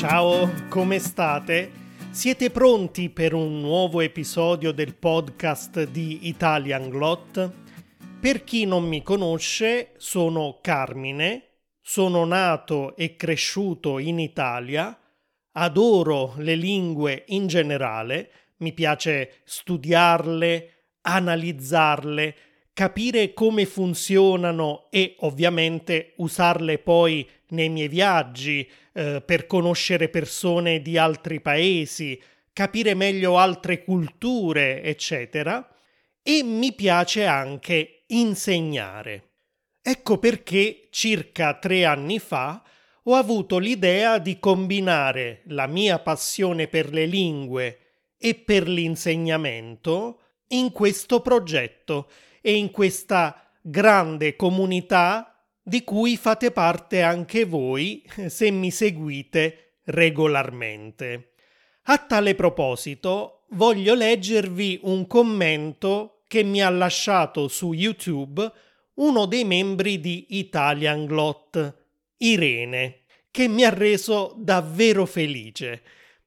Ciao, come state? Siete pronti per un nuovo episodio del podcast di Italianglot? Per chi non mi conosce, sono Carmine, sono nato e cresciuto in Italia, adoro le lingue in generale, mi piace studiarle, analizzarle, capire come funzionano e ovviamente usarle poi nei miei viaggi, per conoscere persone di altri paesi, capire meglio altre culture, eccetera. E mi piace anche insegnare. Ecco perché circa 3 anni fa ho avuto l'idea di combinare la mia passione per le lingue e per l'insegnamento in questo progetto e in questa grande comunità di cui fate parte anche voi se mi seguite regolarmente. A tale proposito, voglio leggervi un commento che mi ha lasciato su YouTube uno dei membri di Italianglot, Irene, che mi ha reso davvero felice.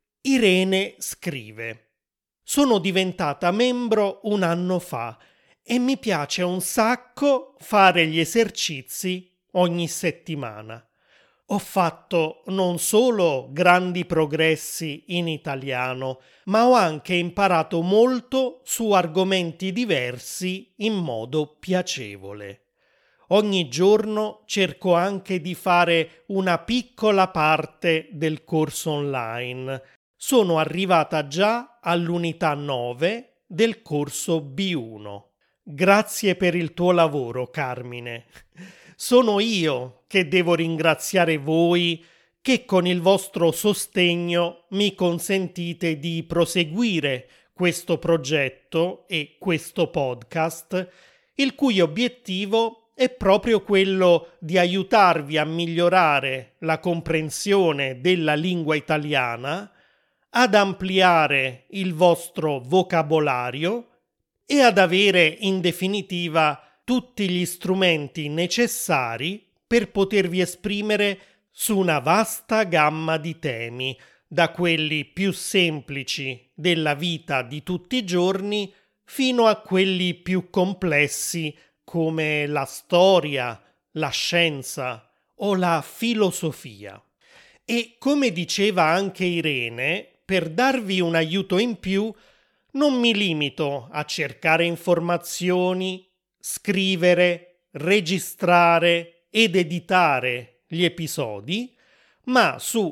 Irene scrive: sono diventata membro 1 anno fa e mi piace un sacco fare gli esercizi ogni settimana. Ho fatto non solo grandi progressi in italiano, ma ho anche imparato molto su argomenti diversi in modo piacevole. Ogni giorno cerco anche di fare una piccola parte del corso online. Sono arrivata già all'unità 9 del corso B1. Grazie per il tuo lavoro, Carmine. Sono io che devo ringraziare voi che con il vostro sostegno mi consentite di proseguire questo progetto e questo podcast, il cui obiettivo è proprio quello di aiutarvi a migliorare la comprensione della lingua italiana, ad ampliare il vostro vocabolario e ad avere in definitiva tutti gli strumenti necessari per potervi esprimere su una vasta gamma di temi, da quelli più semplici della vita di tutti i giorni fino a quelli più complessi come la storia, la scienza o la filosofia. E come diceva anche Irene, per darvi un aiuto in più non mi limito a cercare informazioni, scrivere, registrare ed editare gli episodi, ma su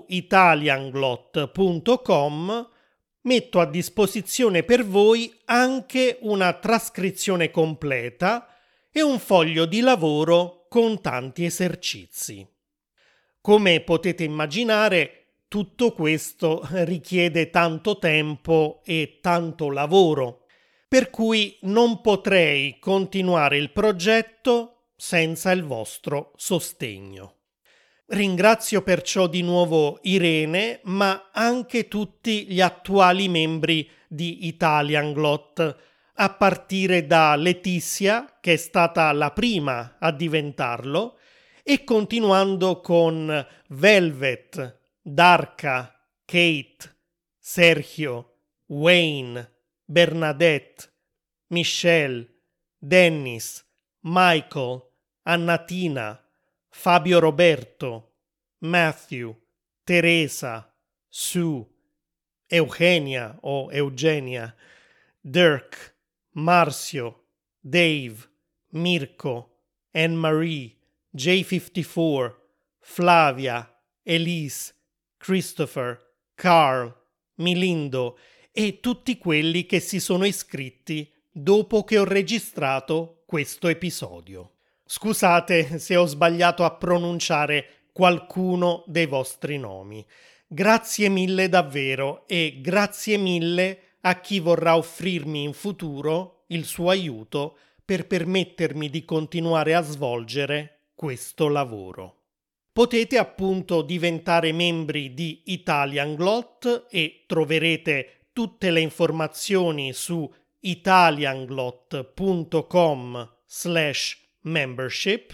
italianglot.com metto a disposizione per voi anche una trascrizione completa e un foglio di lavoro con tanti esercizi. Come potete immaginare, tutto questo richiede tanto tempo e tanto lavoro, per cui non potrei continuare il progetto senza il vostro sostegno. Ringrazio perciò di nuovo Irene, ma anche tutti gli attuali membri di Italianglot, a partire da Letizia, che è stata la prima a diventarlo, e continuando con Velvet, Darka, Kate, Sergio, Wayne, Bernadette, Michelle, Dennis, Michael, Annatina, Fabio Roberto, Matthew, Teresa, Sue, Eugenia o Eugenia, Dirk, Marcio, Dave, Mirko, Anne-Marie, J54, Flavia, Elise, Christopher, Carl, Milindo e tutti quelli che si sono iscritti dopo che ho registrato questo episodio. Scusate se ho sbagliato a pronunciare qualcuno dei vostri nomi. Grazie mille davvero e grazie mille a chi vorrà offrirmi in futuro il suo aiuto per permettermi di continuare a svolgere questo lavoro. Potete appunto diventare membri di Italianglot e troverete tutte le informazioni su italianglot.com/membership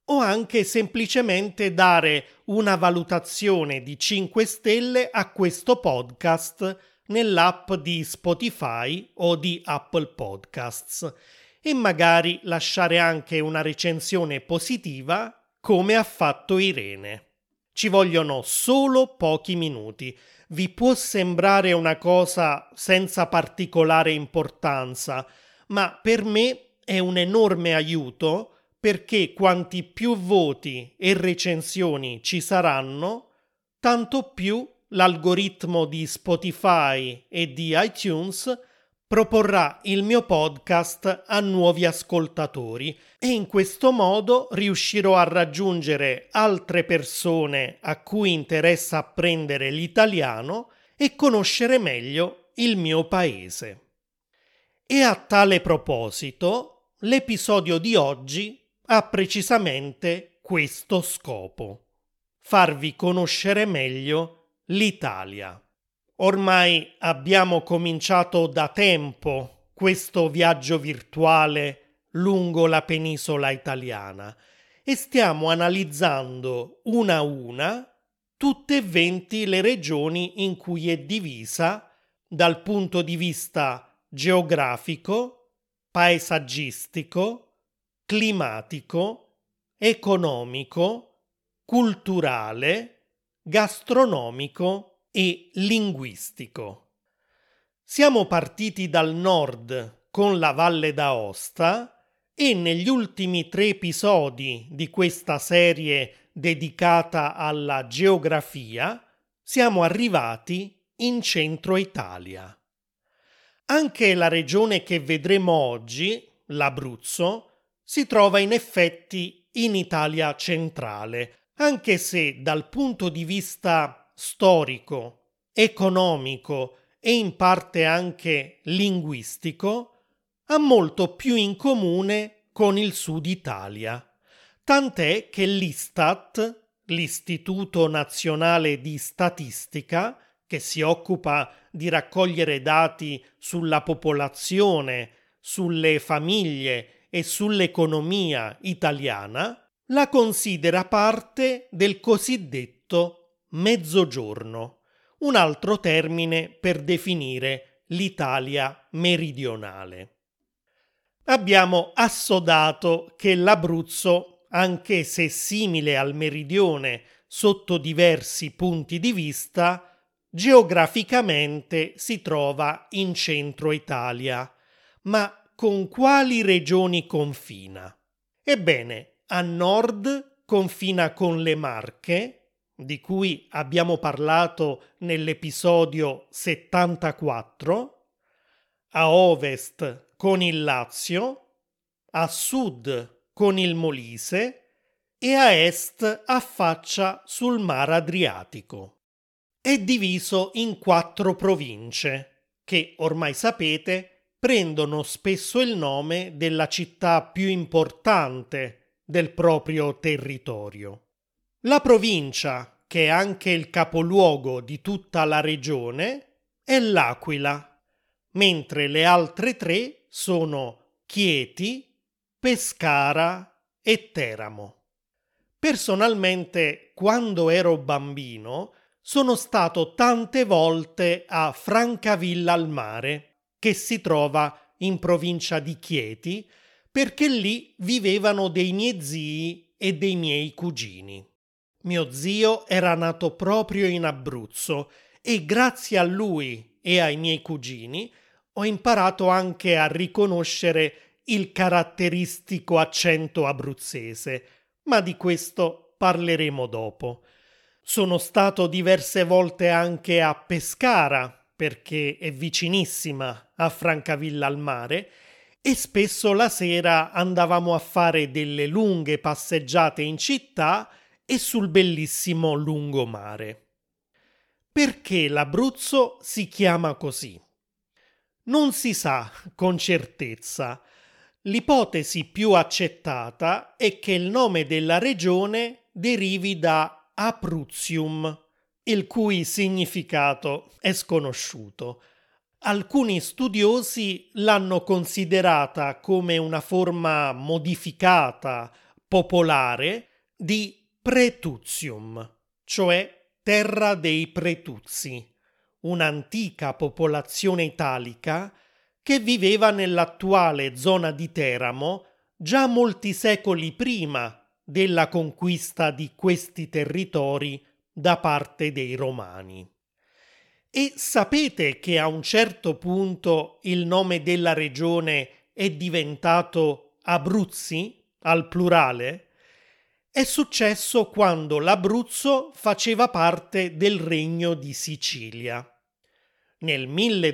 o anche semplicemente dare una valutazione di 5 stelle a questo podcast nell'app di Spotify o di Apple Podcasts e magari lasciare anche una recensione positiva come ha fatto Irene. Ci vogliono solo pochi minuti. Vi può sembrare una cosa senza particolare importanza, ma per me è un enorme aiuto perché quanti più voti e recensioni ci saranno, tanto più l'algoritmo di Spotify e di iTunes proporrà il mio podcast a nuovi ascoltatori e in questo modo riuscirò a raggiungere altre persone a cui interessa apprendere l'italiano e conoscere meglio il mio paese. E a tale proposito, l'episodio di oggi ha precisamente questo scopo: farvi conoscere meglio l'Italia. Ormai abbiamo cominciato da tempo questo viaggio virtuale lungo la penisola italiana e stiamo analizzando una a una tutte e 20 le regioni in cui è divisa dal punto di vista geografico, paesaggistico, climatico, economico, culturale, gastronomico e linguistico. Siamo partiti dal nord con la Valle d'Aosta e negli ultimi 3 episodi di questa serie dedicata alla geografia siamo arrivati in centro Italia. Anche la regione che vedremo oggi, l'Abruzzo, si trova in effetti in Italia centrale, anche se dal punto di vista storico, economico e in parte anche linguistico, ha molto più in comune con il Sud Italia. Tant'è che l'Istat, l'Istituto Nazionale di Statistica, che si occupa di raccogliere dati sulla popolazione, sulle famiglie e sull'economia italiana, la considera parte del cosiddetto Mezzogiorno, un altro termine per definire l'Italia meridionale. Abbiamo assodato che l'Abruzzo, anche se simile al meridione sotto diversi punti di vista, geograficamente si trova in centro Italia. Ma con quali regioni confina? Ebbene, a nord confina con le Marche, di cui abbiamo parlato nell'episodio 74, a ovest con il Lazio, a sud con il Molise e a est affaccia sul Mar Adriatico. È diviso in 4 province, che ormai sapete prendono spesso il nome della città più importante del proprio territorio. La provincia, che è anche il capoluogo di tutta la regione, è l'Aquila, mentre le altre 3 sono Chieti, Pescara e Teramo. Personalmente, quando ero bambino, sono stato tante volte a Francavilla al Mare, che si trova in provincia di Chieti, perché lì vivevano dei miei zii e dei miei cugini. Mio zio era nato proprio in Abruzzo e grazie a lui e ai miei cugini ho imparato anche a riconoscere il caratteristico accento abruzzese, ma di questo parleremo dopo. Sono stato diverse volte anche a Pescara, perché è vicinissima a Francavilla al Mare, e spesso la sera andavamo a fare delle lunghe passeggiate in città e sul bellissimo lungomare. Perché l'Abruzzo si chiama così? Non si sa con certezza. L'ipotesi più accettata è che il nome della regione derivi da Abruzzium, il cui significato è sconosciuto. Alcuni studiosi l'hanno considerata come una forma modificata, popolare di Pretutium, cioè terra dei Pretuzzi, un'antica popolazione italica che viveva nell'attuale zona di Teramo già molti secoli prima della conquista di questi territori da parte dei Romani. E sapete che a un certo punto il nome della regione è diventato Abruzzi, al plurale? È successo quando l'Abruzzo faceva parte del Regno di Sicilia. Nel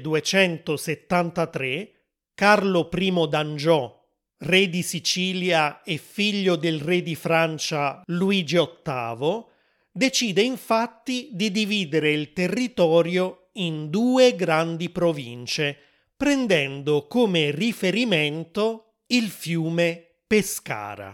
1273 Carlo I d'Angiò, re di Sicilia e figlio del re di Francia Luigi VIII, decide infatti di dividere il territorio in due grandi province, prendendo come riferimento il fiume Pescara.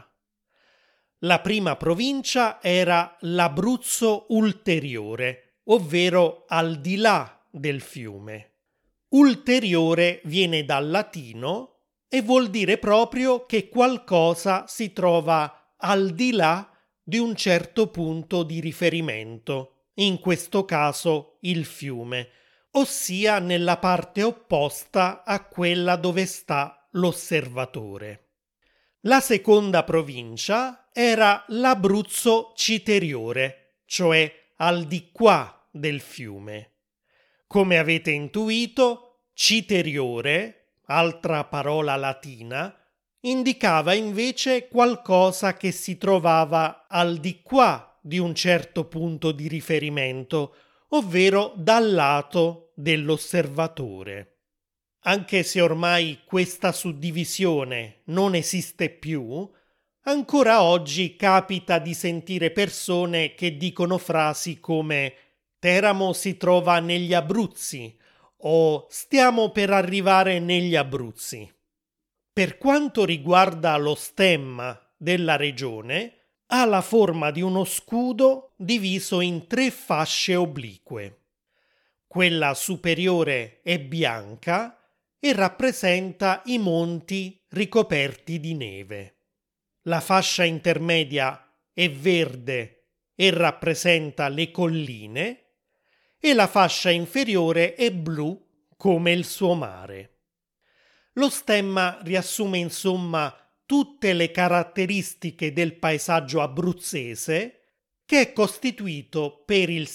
La prima provincia era l'Abruzzo ulteriore, ovvero al di là del fiume. Ulteriore viene dal latino e vuol dire proprio che qualcosa si trova al di là di un certo punto di riferimento, in questo caso il fiume, ossia nella parte opposta a quella dove sta l'osservatore. La seconda provincia era l'Abruzzo citeriore, cioè al di qua del fiume. Come avete intuito, citeriore, altra parola latina, indicava invece qualcosa che si trovava al di qua di un certo punto di riferimento, ovvero dal lato dell'osservatore. Anche se ormai questa suddivisione non esiste più, ancora oggi capita di sentire persone che dicono frasi come Teramo si trova negli Abruzzi o stiamo per arrivare negli Abruzzi. Per quanto riguarda lo stemma della regione, ha la forma di uno scudo diviso in 3 fasce oblique. Quella superiore è bianca e rappresenta i monti ricoperti di neve. La fascia intermedia è verde e rappresenta le colline e la fascia inferiore è blu come il suo mare. Lo stemma riassume insomma tutte le caratteristiche del paesaggio abruzzese, che è costituito per il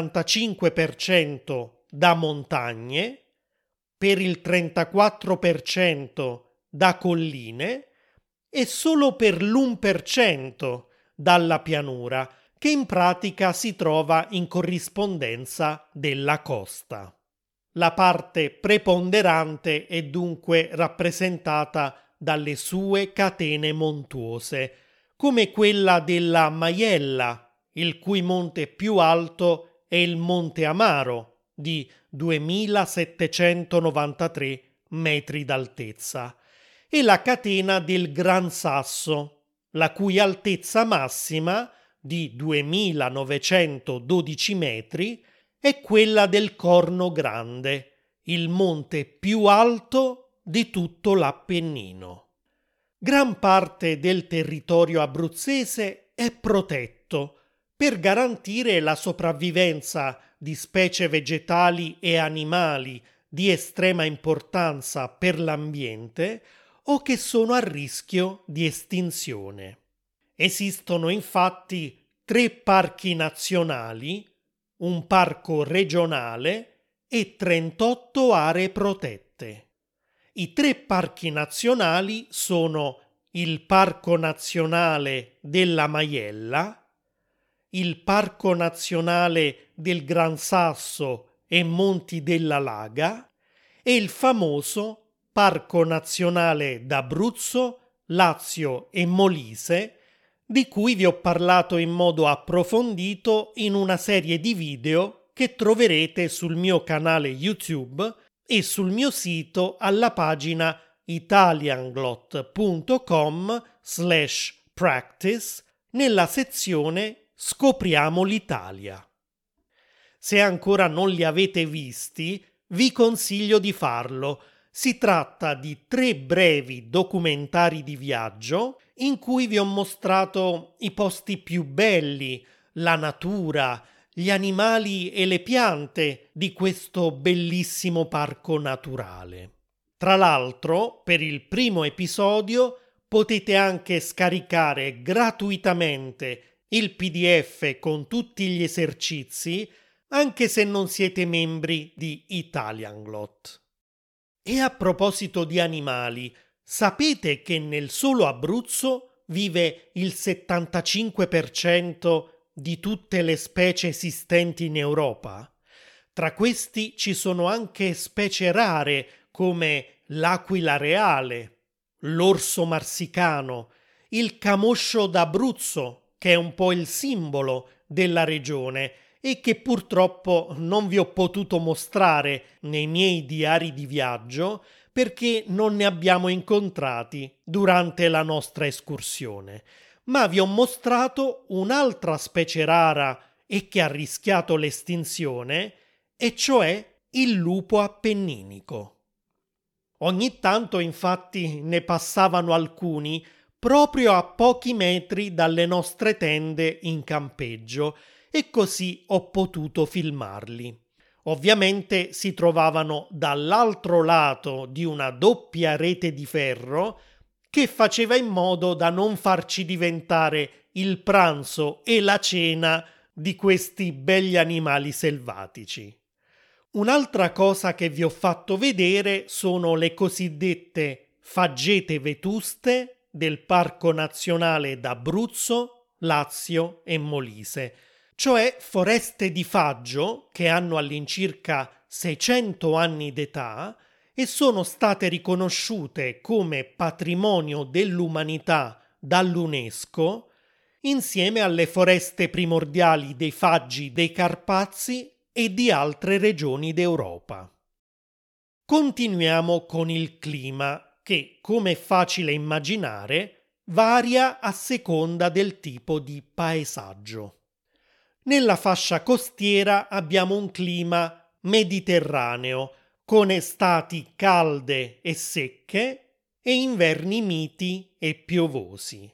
65% da montagne, per il 34% da colline e solo per l'1% dalla pianura, che in pratica si trova in corrispondenza della costa. La parte preponderante è dunque rappresentata dalle sue catene montuose, come quella della Maiella, il cui monte più alto è il Monte Amaro, di 2793 metri d'altezza, e la catena del Gran Sasso, la cui altezza massima, di 2912 metri, è quella del Corno Grande, il monte più alto di tutto l'Appennino. Gran parte del territorio abruzzese è protetto per garantire la sopravvivenza di specie vegetali e animali di estrema importanza per l'ambiente o che sono a rischio di estinzione. Esistono infatti 3 parchi nazionali, un parco regionale e 38 aree protette. I 3 parchi nazionali sono il Parco Nazionale della Maiella, il Parco Nazionale del Gran Sasso e Monti della Laga e il famoso Parco Nazionale d'Abruzzo, Lazio e Molise, di cui vi ho parlato in modo approfondito in una serie di video che troverete sul mio canale YouTube e sul mio sito alla pagina italianglot.com/practice nella sezione Scopriamo l'Italia. Se ancora non li avete visti, vi consiglio di farlo, Si tratta di 3 brevi documentari di viaggio in cui vi ho mostrato i posti più belli, la natura, gli animali e le piante di questo bellissimo parco naturale. Tra l'altro, per il primo episodio potete anche scaricare gratuitamente il PDF con tutti gli esercizi, anche se non siete membri di Italianglot. E a proposito di animali, sapete che nel solo Abruzzo vive il 75% di tutte le specie esistenti in Europa? Tra questi ci sono anche specie rare come l'aquila reale, l'orso marsicano, il camoscio d'Abruzzo, che è un po' il simbolo della regione e che purtroppo non vi ho potuto mostrare nei miei diari di viaggio perché non ne abbiamo incontrati durante la nostra escursione, ma vi ho mostrato un'altra specie rara e che ha rischiato l'estinzione, e cioè il lupo appenninico. Ogni tanto infatti ne passavano alcuni proprio a pochi metri dalle nostre tende in campeggio e così ho potuto filmarli. Ovviamente si trovavano dall'altro lato di una doppia rete di ferro che faceva in modo da non farci diventare il pranzo e la cena di questi begli animali selvatici. Un'altra cosa che vi ho fatto vedere sono le cosiddette faggete vetuste del Parco Nazionale d'Abruzzo, Lazio e Molise, cioè foreste di faggio che hanno all'incirca 600 anni d'età e sono state riconosciute come patrimonio dell'umanità dall'UNESCO insieme alle foreste primordiali dei faggi dei Carpazi e di altre regioni d'Europa. Continuiamo con il clima che, come è facile immaginare, varia a seconda del tipo di paesaggio. Nella fascia costiera abbiamo un clima mediterraneo, con estati calde e secche e inverni miti e piovosi.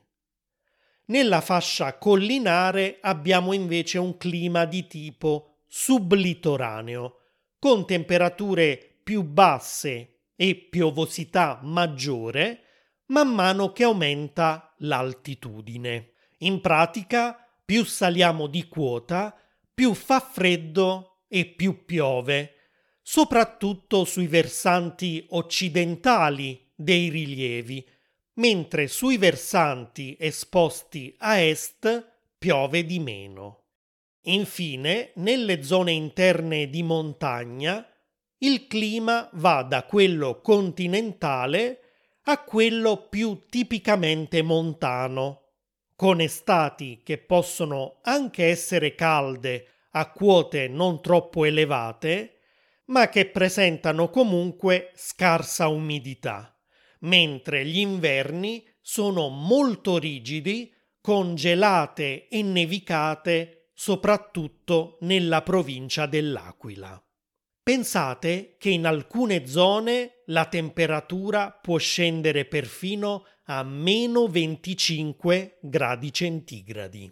Nella fascia collinare abbiamo invece un clima di tipo sublitoraneo, con temperature più basse e piovosità maggiore man mano che aumenta l'altitudine. In pratica, più saliamo di quota, più fa freddo e più piove, soprattutto sui versanti occidentali dei rilievi, mentre sui versanti esposti a est piove di meno. Infine, nelle zone interne di montagna, il clima va da quello continentale a quello più tipicamente montano, con estati che possono anche essere calde a quote non troppo elevate, ma che presentano comunque scarsa umidità, mentre gli inverni sono molto rigidi, con gelate e nevicate soprattutto nella provincia dell'Aquila. Pensate che in alcune zone la temperatura può scendere perfino a meno 25 gradi centigradi.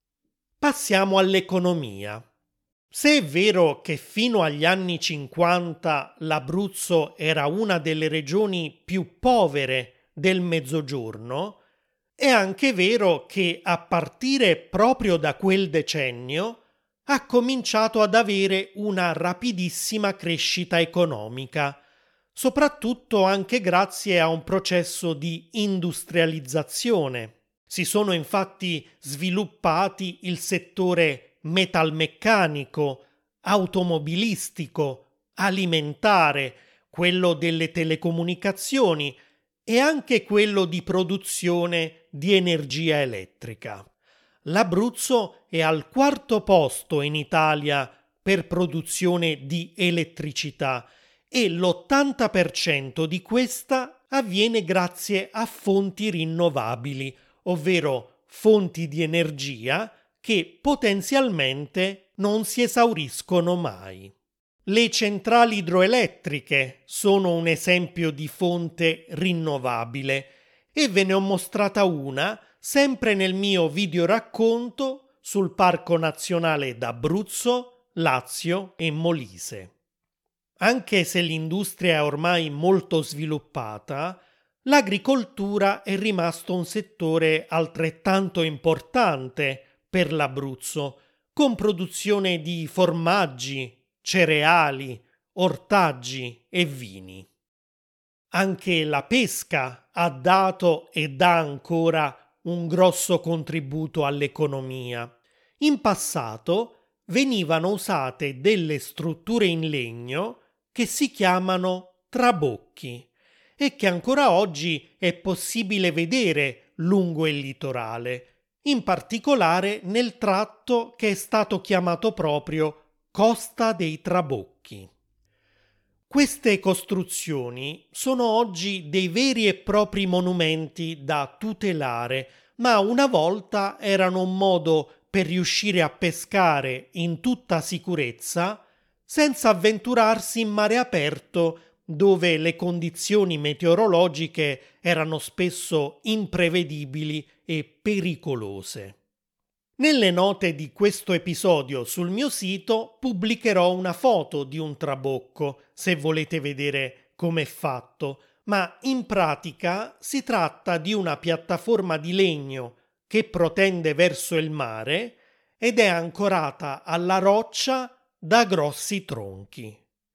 Passiamo all'economia. Se è vero che fino agli anni 50 l'Abruzzo era una delle regioni più povere del Mezzogiorno, è anche vero che a partire proprio da quel decennio ha cominciato ad avere una rapidissima crescita economica, soprattutto anche grazie a un processo di industrializzazione. Si sono infatti sviluppati il settore metalmeccanico, automobilistico, alimentare, quello delle telecomunicazioni e anche quello di produzione di energia elettrica. L'Abruzzo è al 4° posto in Italia per produzione di elettricità e l'80% di questa avviene grazie a fonti rinnovabili, ovvero fonti di energia che potenzialmente non si esauriscono mai. Le centrali idroelettriche sono un esempio di fonte rinnovabile e ve ne ho mostrata una sempre nel mio videoracconto sul Parco Nazionale d'Abruzzo, Lazio e Molise. Anche se l'industria è ormai molto sviluppata, l'agricoltura è rimasto un settore altrettanto importante per l'Abruzzo, con produzione di formaggi, cereali, ortaggi e vini. Anche la pesca ha dato e dà ancora un grosso contributo all'economia. In passato venivano usate delle strutture in legno che si chiamano trabocchi e che ancora oggi è possibile vedere lungo il litorale, in particolare nel tratto che è stato chiamato proprio Costa dei Trabocchi. Queste costruzioni sono oggi dei veri e propri monumenti da tutelare, ma una volta erano un modo per riuscire a pescare in tutta sicurezza senza avventurarsi in mare aperto dove le condizioni meteorologiche erano spesso imprevedibili e pericolose. Nelle note di questo episodio sul mio sito pubblicherò una foto di un trabocco, se volete vedere com'è fatto, ma in pratica si tratta di una piattaforma di legno che protende verso il mare ed è ancorata alla roccia da grossi tronchi.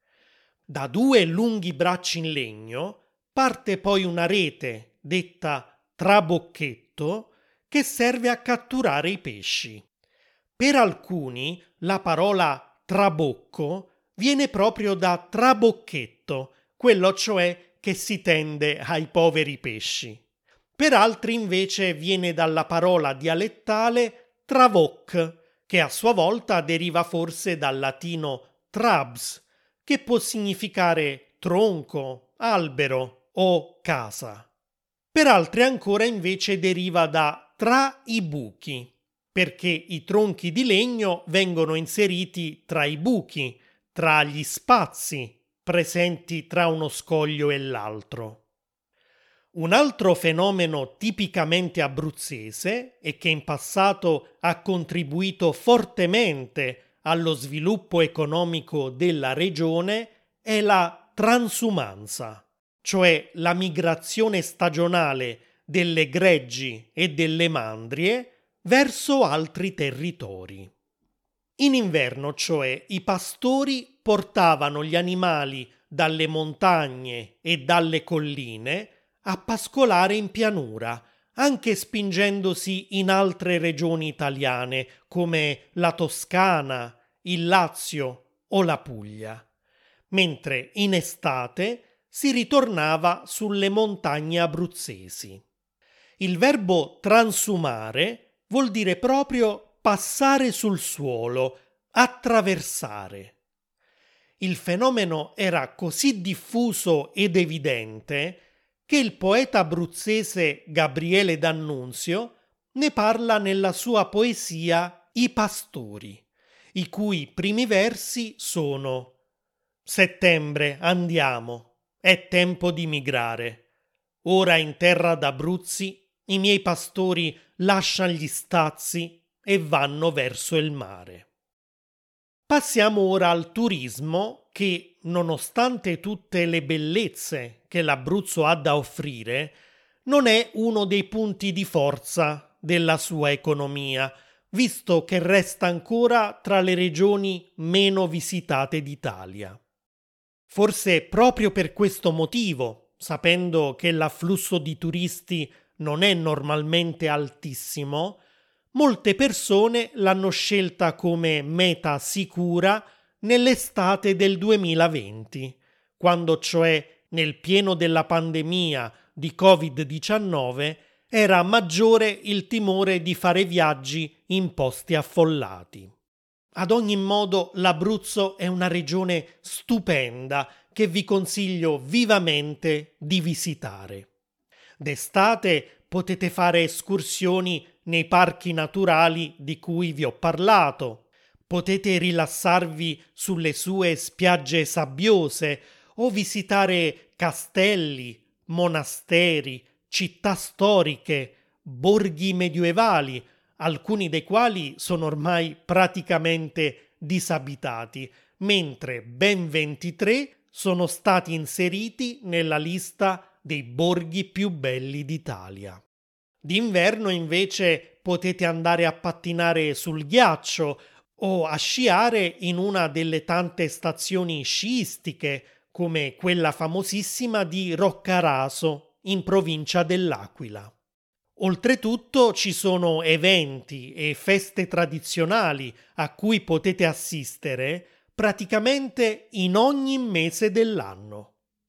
Da due lunghi bracci in legno parte poi una rete, detta trabocchetto, che serve a catturare i pesci. Per alcuni la parola trabocco viene proprio da trabocchetto, quello cioè che si tende ai poveri pesci. Per altri invece viene dalla parola dialettale travoc, che a sua volta deriva forse dal latino trabs, che può significare tronco, albero o casa. Per altri ancora invece deriva da tra i buchi, perché i tronchi di legno vengono inseriti tra i buchi, tra gli spazi presenti tra uno scoglio e l'altro. Un altro fenomeno tipicamente abruzzese e che in passato ha contribuito fortemente allo sviluppo economico della regione è la transumanza, cioè la migrazione stagionale delle greggi e delle mandrie verso altri territori. In inverno, cioè, i pastori portavano gli animali dalle montagne e dalle colline a pascolare in pianura, anche spingendosi in altre regioni italiane come la Toscana, il Lazio o la Puglia, mentre in estate si ritornava sulle montagne abruzzesi. Il verbo transumare vuol dire proprio passare sul suolo, attraversare. Il fenomeno era così diffuso ed evidente che il poeta abruzzese Gabriele D'Annunzio ne parla nella sua poesia I pastori, i cui primi versi sono: Settembre, andiamo, è tempo di migrare. Ora in terra d'Abruzzi i miei pastori lascian gli stazzi e vanno verso il mare. Passiamo ora al turismo che, nonostante tutte le bellezze che l'Abruzzo ha da offrire, non è uno dei punti di forza della sua economia, visto che resta ancora tra le regioni meno visitate d'Italia. Forse proprio per questo motivo, sapendo che l'afflusso di turisti non è normalmente altissimo, molte persone l'hanno scelta come meta sicura nell'estate del 2020, quando cioè nel pieno della pandemia di Covid-19 era maggiore il timore di fare viaggi in posti affollati. Ad ogni modo, l'Abruzzo è una regione stupenda che vi consiglio vivamente di visitare. D'estate potete fare escursioni nei parchi naturali di cui vi ho parlato. Potete rilassarvi sulle sue spiagge sabbiose o visitare castelli, monasteri, città storiche, borghi medievali, alcuni dei quali sono ormai praticamente disabitati, mentre ben 23 sono stati inseriti nella lista dei borghi più belli d'Italia. D'inverno invece potete andare a pattinare sul ghiaccio o a sciare in una delle tante stazioni sciistiche, come quella famosissima di Roccaraso, in provincia dell'Aquila. Oltretutto ci sono eventi e feste tradizionali a cui potete assistere praticamente in ogni mese dell'anno.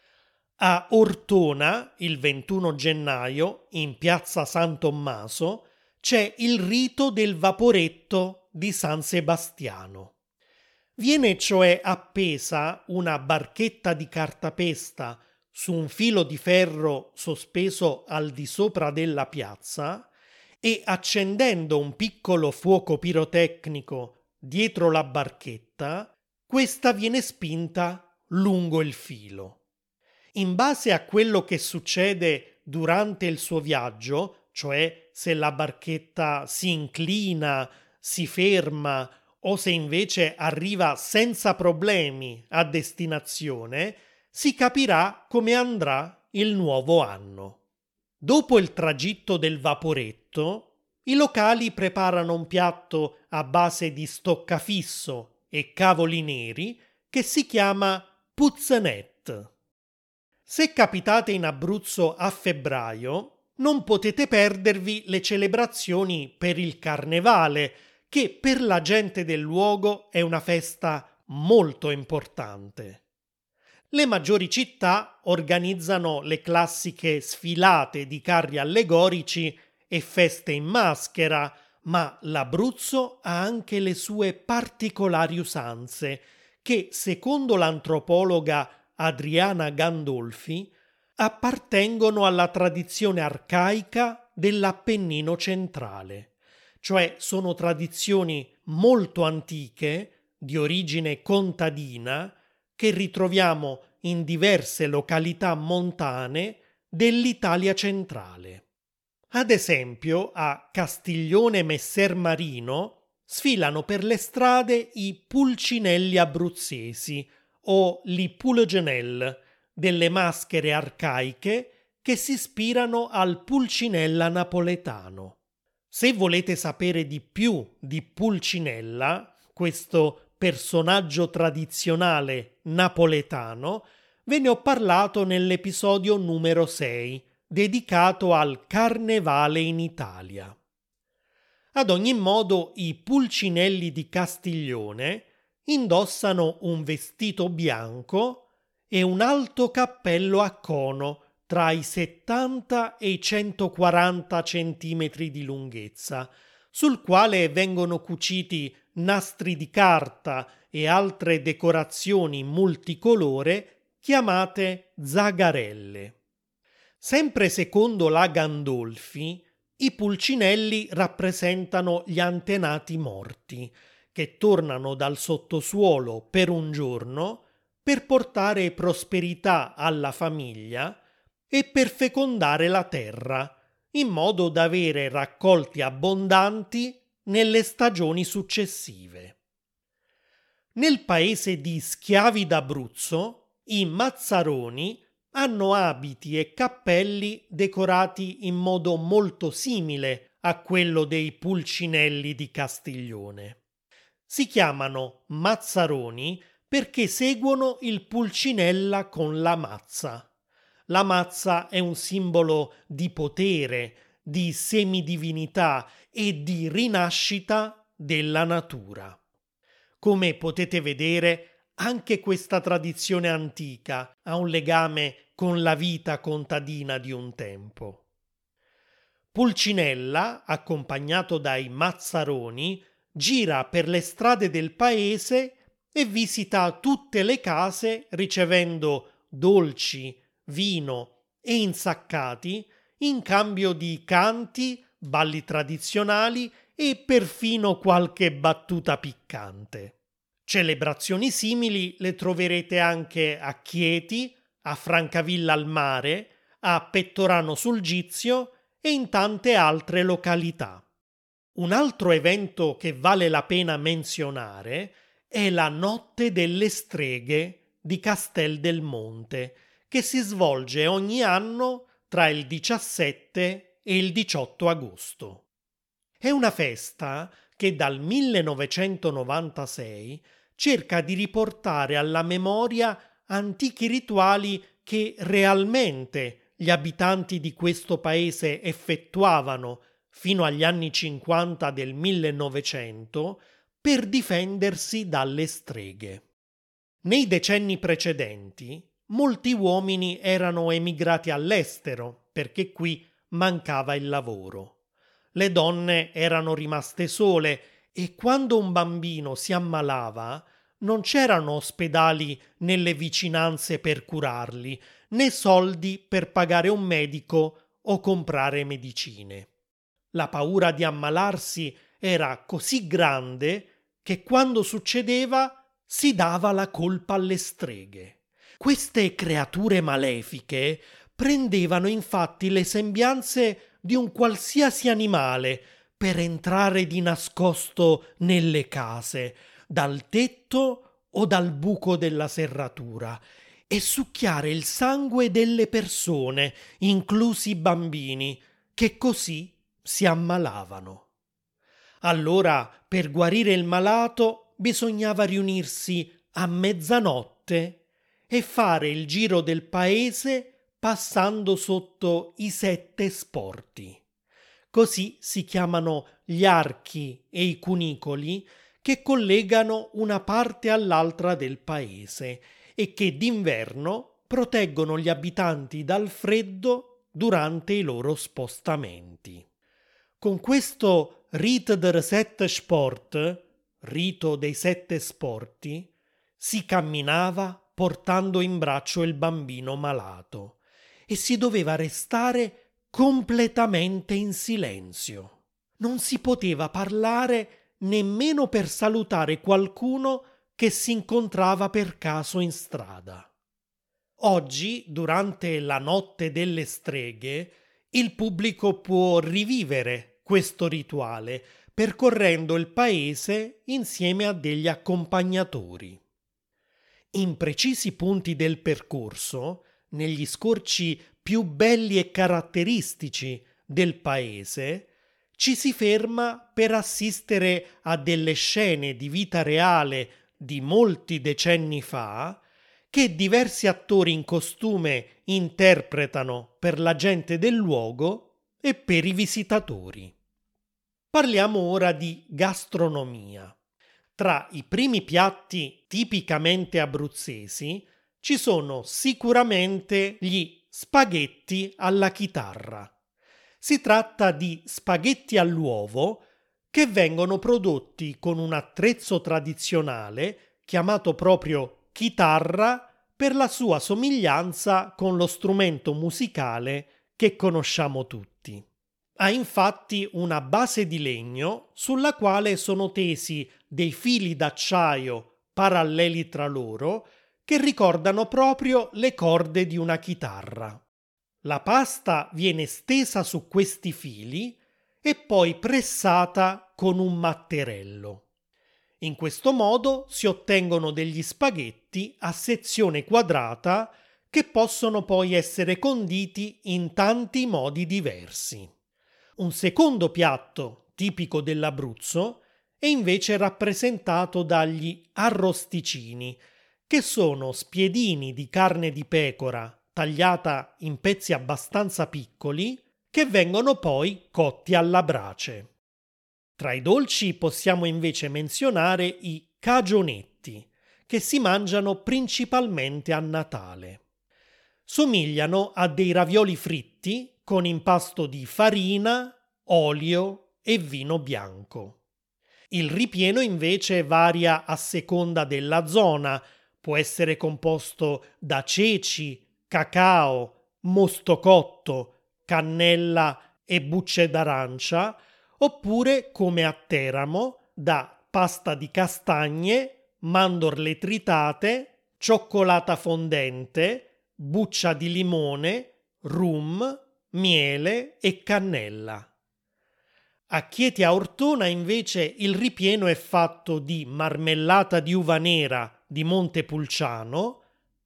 A Ortona, il 21 gennaio, in piazza San Tommaso, c'è il rito del vaporetto di San Sebastiano. Viene cioè appesa una barchetta di cartapesta su un filo di ferro sospeso al di sopra della piazza e accendendo un piccolo fuoco pirotecnico dietro la barchetta, questa viene spinta lungo il filo. In base a quello che succede durante il suo viaggio, cioè se la barchetta si inclina, si ferma o se invece arriva senza problemi a destinazione, si capirà come andrà il nuovo anno. Dopo il tragitto del vaporetto, i locali preparano un piatto a base di stoccafisso e cavoli neri che si chiama puzzanette. Se capitate in Abruzzo a febbraio, non potete perdervi le celebrazioni per il Carnevale, che per la gente del luogo è una festa molto importante. Le maggiori città organizzano le classiche sfilate di carri allegorici e feste in maschera, ma l'Abruzzo ha anche le sue particolari usanze che, secondo l'antropologa Adriana Gandolfi, appartengono alla tradizione arcaica dell'Appennino centrale, cioè sono tradizioni molto antiche, di origine contadina, che ritroviamo in diverse località montane dell'Italia centrale. Ad esempio, a Castiglione Messer Marino sfilano per le strade i pulcinelli abruzzesi o li Pulgenel, delle maschere arcaiche che si ispirano al Pulcinella napoletano. Se volete sapere di più di Pulcinella, questo personaggio tradizionale napoletano, ve ne ho parlato nell'episodio numero 6, dedicato al Carnevale in Italia. Ad ogni modo, i Pulcinelli di Castiglione indossano un vestito bianco e un alto cappello a cono tra i 70 e i 140 centimetri di lunghezza, sul quale vengono cuciti nastri di carta e altre decorazioni multicolore chiamate zagarelle. Sempre secondo la Gandolfi, i pulcinelli rappresentano gli antenati morti, che tornano dal sottosuolo per un giorno per portare prosperità alla famiglia e per fecondare la terra, in modo da avere raccolti abbondanti nelle stagioni successive. Nel paese di Schiavi d'Abruzzo, i mazzaroni hanno abiti e cappelli decorati in modo molto simile a quello dei pulcinelli di Castiglione. Si chiamano mazzaroni perché seguono il pulcinella con la mazza. La mazza è un simbolo di potere, di semidivinità e di rinascita della natura. Come potete vedere, anche questa tradizione antica ha un legame con la vita contadina di un tempo. Pulcinella, accompagnato dai mazzaroni, gira per le strade del paese e visita tutte le case ricevendo dolci, vino e insaccati in cambio di canti, balli tradizionali e perfino qualche battuta piccante. Celebrazioni simili le troverete anche a Chieti, a Francavilla al Mare, a Pettorano sul Gizio e in tante altre località. Un altro evento che vale la pena menzionare è la Notte delle Streghe di Castel del Monte, che si svolge ogni anno tra il 17 e il 18 agosto. È una festa che dal 1996 cerca di riportare alla memoria antichi rituali che realmente gli abitanti di questo paese effettuavano fino agli anni 50 del 1900 per difendersi dalle streghe. Nei decenni precedenti, molti uomini erano emigrati all'estero perché qui mancava il lavoro. Le donne erano rimaste sole e quando un bambino si ammalava non c'erano ospedali nelle vicinanze per curarli, né soldi per pagare un medico o comprare medicine. La paura di ammalarsi era così grande che quando succedeva si dava la colpa alle streghe. Queste creature malefiche prendevano infatti le sembianze di un qualsiasi animale per entrare di nascosto nelle case, dal tetto o dal buco della serratura, e succhiare il sangue delle persone, inclusi i bambini, che così si ammalavano. Allora, per guarire il malato, bisognava riunirsi a mezzanotte e fare il giro del paese passando sotto i 7 sporti. Così si chiamano gli archi e i cunicoli che collegano una parte all'altra del paese e che d'inverno proteggono gli abitanti dal freddo durante i loro spostamenti. Con questo Rit der Sette Sport, rito dei 7 sporti, si camminava portando in braccio il bambino malato e si doveva restare completamente in silenzio. Non si poteva parlare nemmeno per salutare qualcuno che si incontrava per caso in strada. Oggi, durante la Notte delle Streghe, il pubblico può rivivere questo rituale percorrendo il paese insieme a degli accompagnatori. In precisi punti del percorso, negli scorci più belli e caratteristici del paese, ci si ferma per assistere a delle scene di vita reale di molti decenni fa che diversi attori in costume interpretano per la gente del luogo e per i visitatori. Parliamo ora di gastronomia. Tra i primi piatti tipicamente abruzzesi ci sono sicuramente gli spaghetti alla chitarra. Si tratta di spaghetti all'uovo che vengono prodotti con un attrezzo tradizionale chiamato proprio chitarra per la sua somiglianza con lo strumento musicale che conosciamo tutti. Ha infatti una base di legno sulla quale sono tesi dei fili d'acciaio paralleli tra loro che ricordano proprio le corde di una chitarra. La pasta viene stesa su questi fili e poi pressata con un matterello. In questo modo si ottengono degli spaghetti a sezione quadrata che possono poi essere conditi in tanti modi diversi. Un secondo piatto tipico dell'Abruzzo è invece rappresentato dagli arrosticini, che sono spiedini di carne di pecora tagliata in pezzi abbastanza piccoli che vengono poi cotti alla brace. Tra i dolci possiamo invece menzionare i cagionetti, che si mangiano principalmente a Natale. Somigliano a dei ravioli fritti con impasto di farina, olio e vino bianco. Il ripieno invece varia a seconda della zona, può essere composto da ceci, cacao, mosto cotto, cannella e bucce d'arancia, oppure come a Teramo da pasta di castagne, mandorle tritate, cioccolata fondente, buccia di limone, rum, miele e cannella. A Chieti a Ortona invece il ripieno è fatto di marmellata di uva nera di Montepulciano,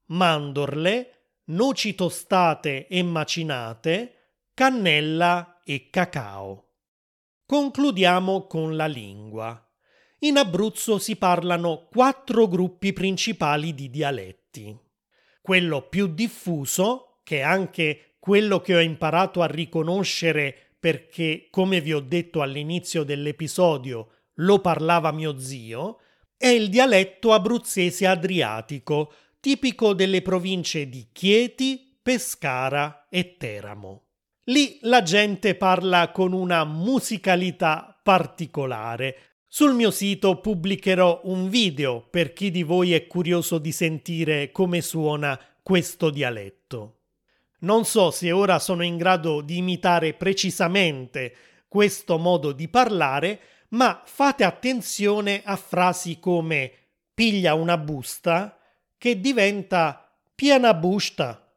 mandorle, noci tostate e macinate, cannella e cacao. Concludiamo con la lingua. In Abruzzo si parlano 4 gruppi principali di dialetti. Quello più diffuso, che è anche quello che ho imparato a riconoscere perché, come vi ho detto all'inizio dell'episodio, lo parlava mio zio, è il dialetto abruzzese adriatico, tipico delle province di Chieti, Pescara e Teramo. Lì la gente parla con una musicalità particolare. Sul mio sito pubblicherò un video per chi di voi è curioso di sentire come suona questo dialetto. Non so se ora sono in grado di imitare precisamente questo modo di parlare, ma fate attenzione a frasi come piglia una busta che diventa piena busta,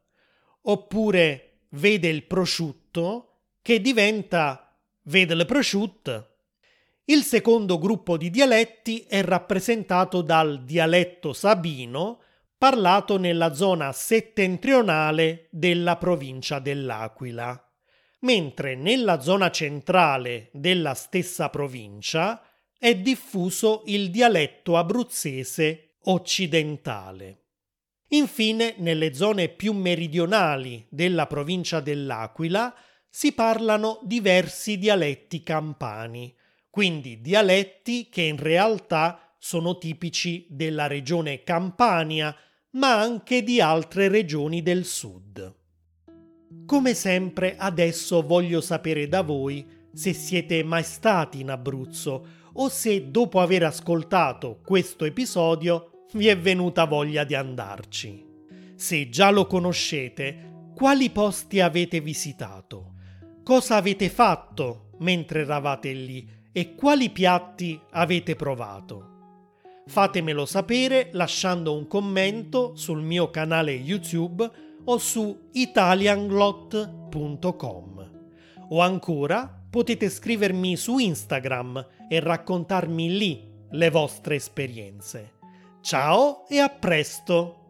oppure vede il prosciutto che diventa vede il prosciutto. Il secondo gruppo di dialetti è rappresentato dal dialetto sabino, parlato nella zona settentrionale della provincia dell'Aquila, mentre nella zona centrale della stessa provincia è diffuso il dialetto abruzzese occidentale. Infine, nelle zone più meridionali della provincia dell'Aquila si parlano diversi dialetti campani, quindi dialetti che in realtà sono tipici della regione Campania, ma anche di altre regioni del sud. Come sempre, adesso voglio sapere da voi se siete mai stati in Abruzzo o se dopo aver ascoltato questo episodio vi è venuta voglia di andarci. Se già lo conoscete, quali posti avete visitato? Cosa avete fatto mentre eravate lì e quali piatti avete provato? Fatemelo sapere lasciando un commento sul mio canale YouTube o su italianglot.com. O ancora potete scrivermi su Instagram e raccontarmi lì le vostre esperienze. Ciao e a presto!